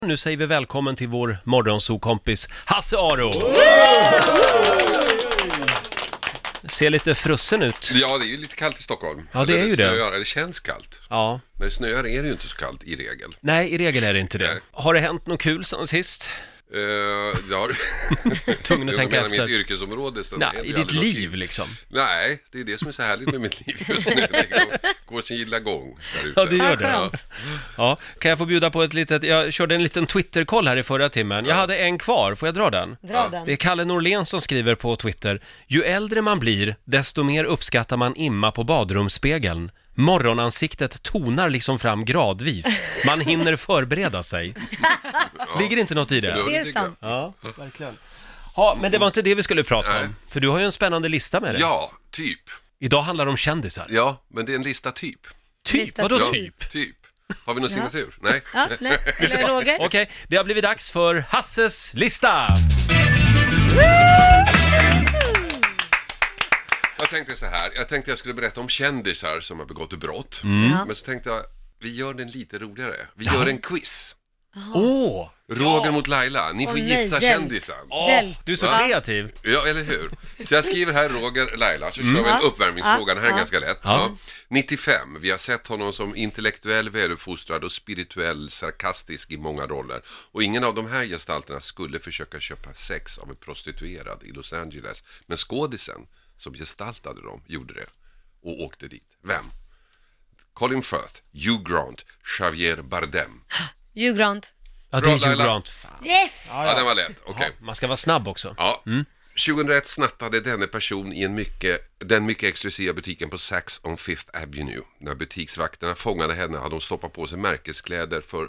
Nu säger vi välkommen till vår morgonsokompis Hasse Aro. Ser lite frusen ut. Ja, det är ju lite kallt i Stockholm. Ja, det är ju det. Det känns kallt. Ja. När det snöar är det ju inte så kallt i regel. Nej, i regel är det inte det. Nej. Har det hänt något kul sen sist? Ja, Tvungen att tänka efter. Mitt yrkesområde. Nej, i ditt liv liksom. Nej, det är det som är så härligt med mitt liv just nu. Det går sin gilla gång där ute. Ja, det gör det. Ja, kan jag få bjuda på ett litet... Jag körde en liten Twitter-koll här i förra timmen. Jag hade en kvar, får jag dra den? Dra den. Det är Kalle Norlén som skriver på Twitter: ju äldre man blir, desto mer uppskattar man imma på badrumsspegeln. Morgonansiktet tonar liksom fram gradvis. Man hinner förbereda sig. Ligger inte något i det? Det är sant. Ja, verkligen. Ja, men det var inte det vi skulle prata om. För du har ju en spännande lista med dig. Ja, typ. Idag handlar det om kändisar. Ja, men det är en lista typ. Typ? Lista Vadå typ. typ? Typ. Har vi någon signatur? Nej. Ja, nej. Eller Roger? Okej, det har blivit dags för Hasses lista. Jag tänkte så här. Jag skulle berätta om kändisar som har begått brott. Men så tänkte jag, vi gör den lite roligare. Vi gör en quiz. Åh! Roger mot Laila. Ni får gissa nej, kändisen. Du är så kreativ. Ja, eller hur? Så jag skriver här Roger, Laila, så kör vi en uppvärmningsfråga. Den här är ganska lätt. Ja. 95. Vi har sett honom som intellektuell, väluppfostrad och spirituell, sarkastisk i många roller. Och ingen av de här gestalterna skulle försöka köpa sex av en prostituerad i Los Angeles. Men skådisen som gestaltade dem gjorde det och åkte dit. Vem? Colin Firth, Hugh Grant, Javier Bardem. Hugh Grant. Ja, det Bra, är Hugh Laila. Grant. Fan. Yes! Ja, den var lätt. Okej. Man ska vara snabb också. Ja. 2001 snattade denne person i den mycket exklusiva butiken på Saks on Fifth Avenue. När butiksvakterna fångade henne hade hon stoppat på sig märkeskläder för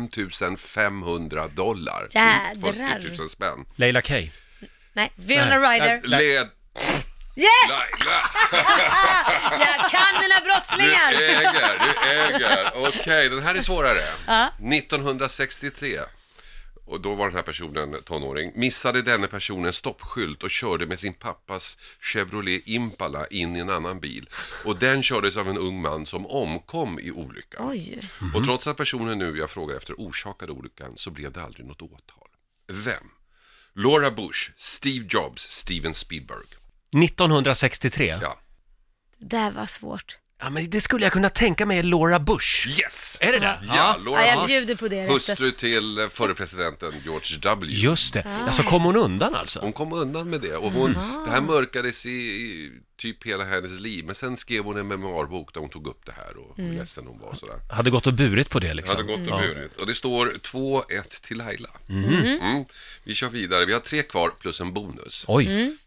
$5,500. Jädrar. 40 000 spänn. Leila Kay. Nej, Fiona Ryder. Led Yes! Laila! Jag kan mina brottslingar! Du äger. Okej, den här är svårare. 1963. Och då var den här personen tonåring. Missade denne personen stoppskylt och körde med sin pappas Chevrolet Impala in i en annan bil. Och den kördes av en ung man som omkom i olyckan. Oj. Och trots att personen nu jag frågar efter orsakade olyckan så blev det aldrig något åtal. Vem? Laura Bush, Steve Jobs, Steven Spielberg. 1963. Ja. Det var svårt. Ja, men det skulle jag kunna tänka mig är Laura Bush. Yes! Är det det? Ja, Laura jag Bush. bjuder på det. Hustru till förre presidenten George W. Just det. Alltså kom hon undan alltså? Hon kom undan med det och det här mörkades i typ hela hennes liv. Men sen skrev hon en memoarbok där hon tog upp det här och hur ledsen hon var sådär. Hade gått och burit på det liksom. Hade gått och burit. Och det står 2-1 till Laila. Vi kör vidare. Vi har 3 kvar plus en bonus. Oj.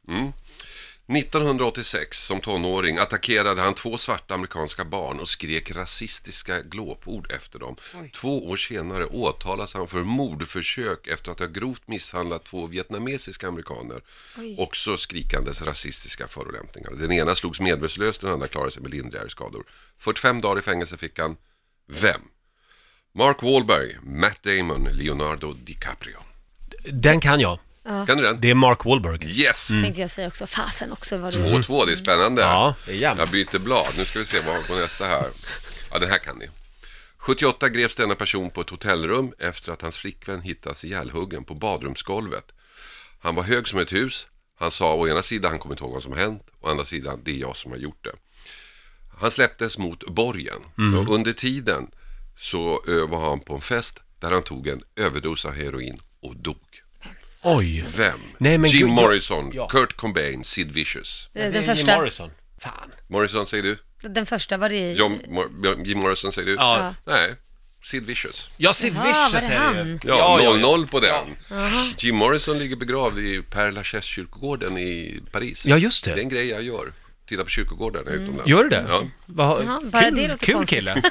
1986 som tonåring attackerade han 2 svarta amerikanska barn och skrek rasistiska glåpord efter dem. 2 år senare åtalas han för mordförsök efter att ha grovt misshandlat 2 vietnamesiska amerikaner. Också skrikandes rasistiska förolämpningar. Den ena slogs medvetslös, den andra klarade sig med lindrigare skador. 45 dagar i fängelse fick han. Vem? Mark Wahlberg, Matt Damon, Leonardo DiCaprio. Den kan jag. Kan du den? Det är Mark Wahlberg. Yes! Tänkte jag säga också. Fasen också var det. 2-2, det är spännande. Ja, det är jämnt. Jag byter blad, nu ska vi se vad på nästa här. Ja, den här kan ni. 78 greps denna person på ett hotellrum efter att hans flickvän hittats ihjälhuggen på badrumsgolvet. Han var hög som ett hus. Han sa å ena sidan han kommer inte ihåg vad som hänt, å andra sidan det är jag som har gjort det. Han släpptes mot borgen. Och under tiden så var han på en fest där han tog en överdos av heroin och dog. Oj. Vem? Nej, men Jim gud, Morrison, ja. Kurt Cobain, Sid Vicious. Det är Den Jim första. Morrison. Fan. Morrison säger du? Den första var det. Jim Morrison säger du? Ja. Nej, Sid Vicious. Ja, Sid Jaha, Vicious var det är han? ju. Ja, 0-0 på den. Jim Morrison ligger begravd i Père Lachaise kyrkogården i Paris. Ja, just Det är det. en grej jag gör. Titta på kyrkogården utomlands. Gör du det? Ja. Jaha, bara det låter Kul konstigt. kille.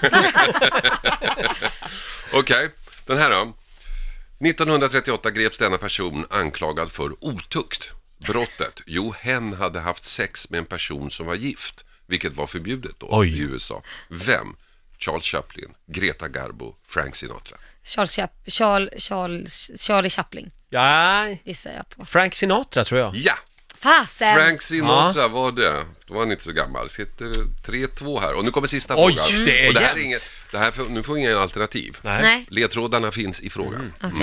Okej, den här då. 1938 greps denna person anklagad för otukt. Brottet? Jo, hen hade haft sex med en person som var gift, vilket var förbjudet då i USA. Vem? Charles Chaplin, Greta Garbo, Frank Sinatra. Charlie Chaplin Ja, gissar jag på. Frank Sinatra tror jag. Ja, Fasen! Frank Sinatra var det. Då var han inte så gammal. Så heter 3-2 här. Och nu kommer sista Oj, frågan. det är och det här är jämnt. inget, det här, nu får ingen alternativ. Nej. Ledtrådarna finns i frågan. Okej.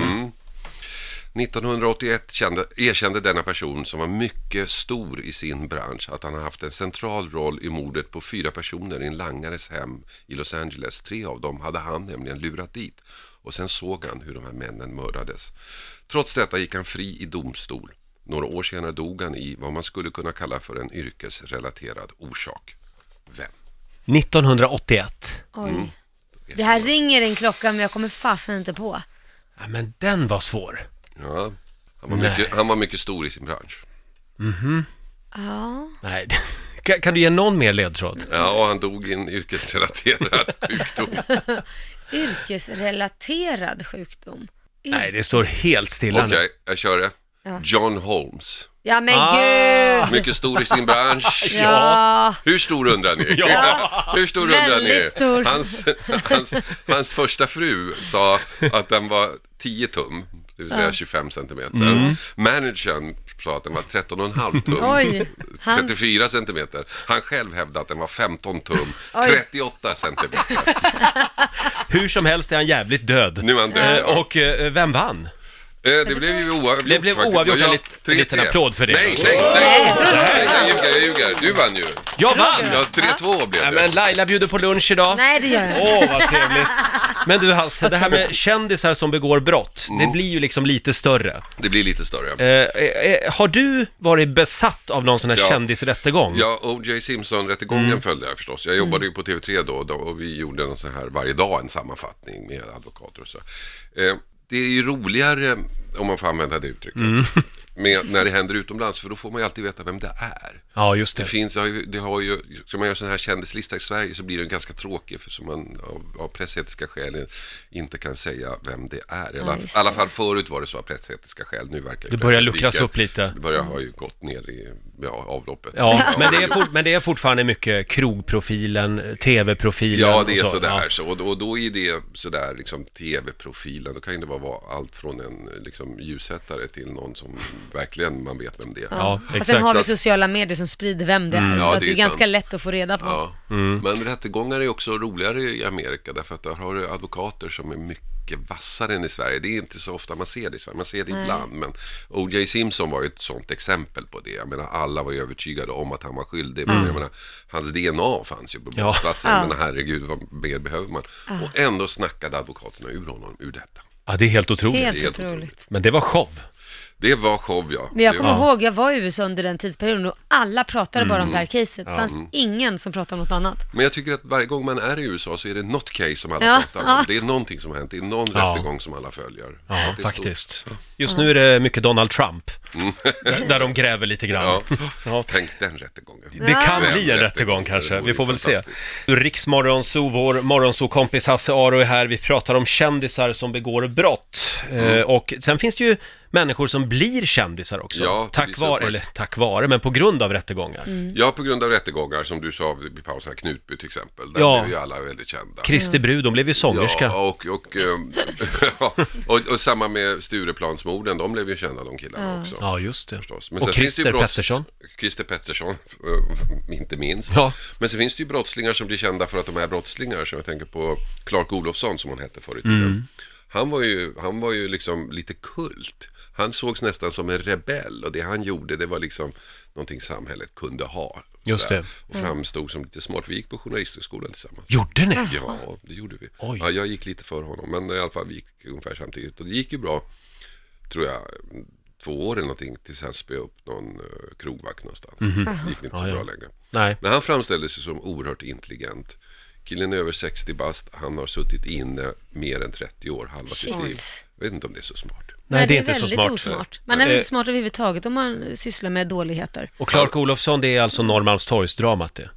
1981 erkände denna person, som var mycket stor i sin bransch, att han har haft en central roll i mordet på 4 personer i en langares hem i Los Angeles. 3 av dem hade han nämligen lurat dit. Och sen såg han hur de här männen mördades. Trots detta gick han fri i domstol. Några år senare dog han i vad man skulle kunna kalla för en yrkesrelaterad orsak. Vem? 1981. Oj. Det här ringer en klocka men jag kommer fasen inte på. Ja, men den var svår. Ja, han var mycket stor i sin bransch. Ja. Nej, kan du ge någon mer ledtråd? Ja, och han dog i en yrkesrelaterad sjukdom. Yrkesrelaterad sjukdom. Nej, det står helt stilla nu. Okej, jag kör det. Ja. John Holmes. Ja men gud! Mycket stor i sin bransch. Ja. Hur stor undrar ni? Ja. Hur stor undrar ni? Väldigt stor. Hans första fru sa att den var 10 tum, det vill säga 25 centimeter. Managern sa att den var 13,5 tum. Oj, 34 centimeter. Han själv hävdade att den var 15 tum, Oj. 38 centimeter. Hur som helst är han jävligt död. Nu är han död. Och vem vann? Det blev ju oavgjort. Det blev faktiskt. oavgjort, Ja, en liten applåd för det. Nej, jag ljuger. Du vann ju. Jag vann! Ja, 3-2 blev Ja, det. men Laila bjuder på lunch idag. Nej det gör jag inte. Åh, vad trevligt. Men du Hasse, det här med kändisar som begår brott, det blir ju liksom lite större. Det blir lite större. Har du varit besatt av någon sån här kändisrättegång? Ja, O.J. Simpson-rättegången följde jag förstås. Jag jobbade ju på TV3 då och vi gjorde en sån här varje dag, en sammanfattning med advokater och så. Det är ju roligare, om man får använda det uttrycket, med när det händer utomlands, för då får man ju alltid veta vem det är. Ja, just det. Det har ju, ska man göra sån här kändislista i Sverige så blir den ganska tråkig, för som man av pressetiska skäl inte kan säga vem det är. I alla fall förut var det så av pressetiska skäl. Nu verkar Det börjar luckras upp lite. Det börjar ha ju gått ner i avloppet. Ja, men det är fortfarande mycket krogprofilen, tv-profilen. Ja, det är och sådär. Ja. Så, och då är det sådär liksom tv-profilen. Då kan ju det vara allt från en liksom ljussättare till någon som verkligen man vet vem det är. Ja, Och sen exakt. har vi sociala medier som sprider vem det är. Ja, Så att det det är är ganska sant. lätt att få reda på. Ja. Men rättegångar är också roligare i Amerika, därför att där har du advokater som är mycket vassare än i Sverige. Det är inte så ofta man ser det i Sverige. Man ser det ibland, men O.J. Simpson var ju ett sånt exempel på det. Jag menar, alla var ju övertygade om att han var skyldig. Men jag menar, hans DNA fanns ju på brottsplatsen. Ja. Men herregud, vad mer behöver man? Och ändå snackade advokaterna ur honom ur detta. Ja, det är helt otroligt. Helt otroligt. Men det var show. Det var show, ja. Men jag Det kommer var- ihåg, jag var i USA under den tidsperioden och alla pratade bara om det här caset. Det fanns ingen som pratade om något annat. Men jag tycker att varje gång man är i USA så är det något case som alla Ja. pratar om. Det är någonting som har hänt. Det är någon rättegång som alla följer. Ja, Det är faktiskt. Just nu är det mycket Donald Trump. Där de gräver lite grann. Ja. Ja. Tänk den rättegången. Det kan Vem bli en rättegång kanske, Det vore vi får väl se. fantastiskt. Riks Morgonzoo, vår morgonzoo-kompis Hasse Aro är här. Vi pratar om kändisar som begår brott. Och sen finns det ju människor som blir kändisar också. Ja, det blir tack vare, men på grund av rättegångar. Ja, på grund av rättegångar som du sa vid pausen här, Knutby till exempel. Där Ja. blev ju alla väldigt kända. Kristi brud, de blev ju sångerska. Ja, och samma med Stureplansmorden, de blev ju kända, de killarna också. Ja, just det. Förstås. Men Och sen finns det ju Christer Pettersson. Christer Pettersson, inte minst. Ja. Men så finns det ju brottslingar som blir kända för att de är brottslingar. Så jag tänker på Clark Olofsson som hon hette förr i tiden. Han var ju liksom lite kult. Han sågs nästan som en rebell, och det han gjorde, det var liksom någonting samhället kunde ha. Just Sådär. det. Och framstod som lite smart. Vi gick på journalisthögskolan tillsammans. Gjorde ni? Ja, det gjorde vi. Oj. Ja, jag gick lite för honom, men i alla fall vi gick ungefär samtidigt. Och det gick ju bra, tror jag, 2 år eller någonting, tills han spöade upp någon krogvakt någonstans. Det gick inte så bra längre. Nej. Men han framställde sig som oerhört intelligent. Killen är över 60 bast, han har suttit inne mer än 30 år, halva sitt Shit. liv. Jag vet inte om det är så smart. Nej, det är inte så väldigt smart. osmart. Man är väl smart överhuvudtaget om man sysslar med dåligheter. Och Clark Olofsson, det är alltså Norrmalmstorgsdramat det.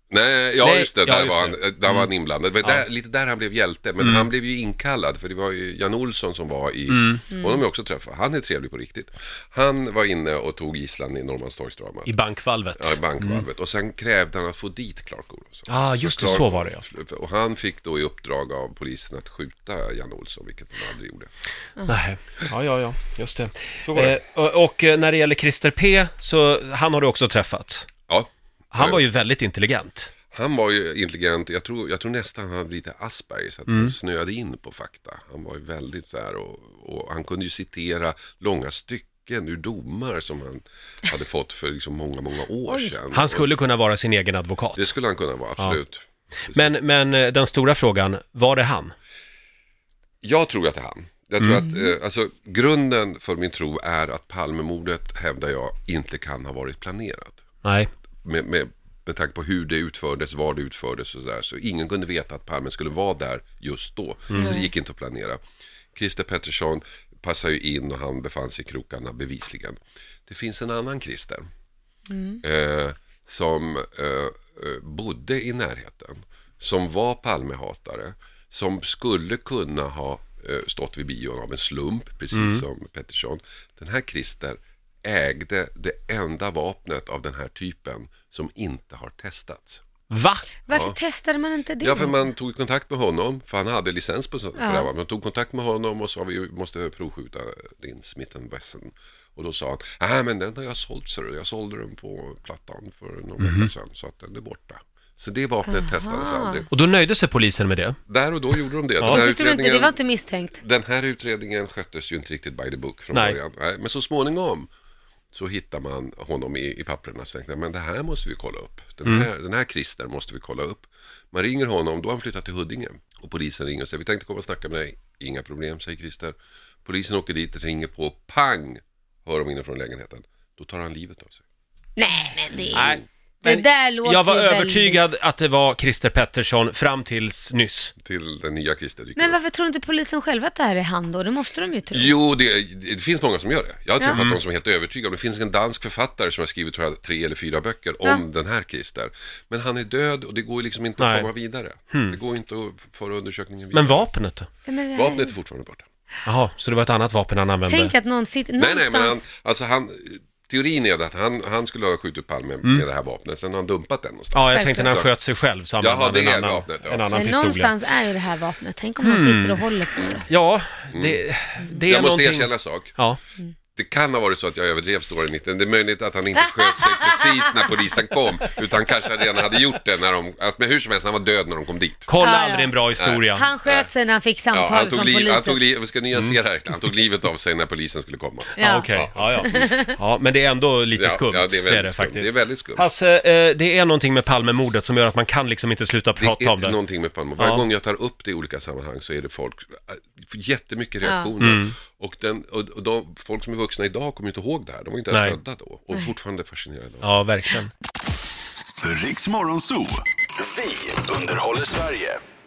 Nej, just det, där var han inblandad. Det var lite där han blev hjälte, men han blev ju inkallad, för det var ju Jan Olsson som var i, och de är också träffade. Han är trevlig på riktigt. Han var inne och tog gisslan i Norrmalmstorgsdramat. I bankvalvet. Ja, i bankvalvet. Och sen krävde han att få dit Clark Olofsson. Just det, så var det, ja. Och han fick då i uppdrag av polisen att skjuta Jan Olsson, vilket han aldrig gjorde. Nej, ja, just det. Så var det. Och när det gäller Christer P, så han har du också träffat. Ja. Han var ju väldigt intelligent. Han var ju intelligent, jag tror nästan han hade lite Asperger, så att han snöade in på fakta. Han var ju väldigt så här, och han kunde ju citera långa stycken ur domar som han hade fått för liksom många år sedan. Han skulle kunna vara sin egen advokat. Det skulle han kunna vara, absolut. Ja. Men den stora frågan, var det han? Jag tror att det är han. Jag tror att alltså, grunden för min tro är att Palmemordet, hävdar jag, inte kan ha varit planerat. Nej. Med tanke på hur det utfördes, var det utfördes och så ingen kunde veta att Palme skulle vara där just då. Så det gick inte att planera. Christer Pettersson passar ju in och han befann sig i krokarna bevisligen. Det finns en annan Christer som bodde i närheten, som var Palmehatare, som skulle kunna ha stått vid bion av en slump, precis som Pettersson. Den här Christer ägde det enda vapnet av den här typen som inte har testats. Va? Varför testade man inte det? Ja, för man tog kontakt med honom, för han hade licens på det här. Man tog kontakt med honom och sa vi måste provskjuta din Smith & Wesson. Och då sa han, men den har jag sålt, så jag sålde den på Plattan för någon vecka sedan, så att den är borta. Så det vapnet testades aldrig. Och då nöjde sig polisen med det? Där och då gjorde de det. Ja. Den här Tyckte du inte, det var inte misstänkt? Den här utredningen sköttes ju inte riktigt by the book från början. Nej, men så småningom så hittar man honom i papperna och tänkte, men det här måste vi kolla upp. Den här Christer måste vi kolla upp. Man ringer honom, då har han flyttat till Huddinge. Och polisen ringer och säger, vi tänkte komma och snacka med dig. Inga problem, säger Christer. Polisen åker dit, ringer på, pang! Hör de inifrån lägenheten. Då tar han livet av sig. Nej, men det är... Nej. Det där låter jag var ju övertygad väldigt... att det var Christer Pettersson fram tills nyss. Till den nya Christer. Men varför tror inte polisen själv att det här är han då? Det måste de ju tro. Jo, det finns många som gör det. Jag har träffat de som är helt övertygade. Det finns en dansk författare som har skrivit, tror jag, 3 eller 4 böcker om den här Christer. Men han är död och det går liksom inte att komma vidare. Det går inte att föra undersökningen vidare. Men vapnet då? Vapnet är fortfarande borta. Jaha, så det var ett annat vapen han använde? Tänk att någon sitter någonstans... Nej, men teorin är att han skulle ha skjutit Palme med det här vapnet. Sen har han dumpat den någonstans. Ja, jag tänkte när han sköt sig själv så använde han en annan pistol. Någonstans är ju det här vapnet. Tänk om man sitter och håller på det. Ja, det är jag måste någonting... erkänna en sak. Ja. Det kan ha varit så att jag överdrev storyn lite. Det är möjligt att han inte sköt sig precis när polisen kom, utan kanske redan hade gjort det när men hur som helst, han var död när de kom dit. Kolla aldrig en bra historia. Han sköt sig när han fick samtal från polisen. Vi ska nyansera här. Han tog livet av sig när polisen skulle komma. Okej. Ja, men det är ändå lite skumt. Ja, det är väldigt skumt. Faktiskt. Det är väldigt skumt. Hasse, det är någonting med Palmemordet som gör att man kan liksom inte sluta prata om det. Det är någonting med Palme. Varje gång jag tar upp det i olika sammanhang så är det folk, jättemycket reaktioner. Och folk som är vuxna idag kommer inte ihåg det här. De var inte ens födda då. Och fortfarande fascinerade. Ja, verkligen. Riks Morgonzoo. Vi underhåller Sverige.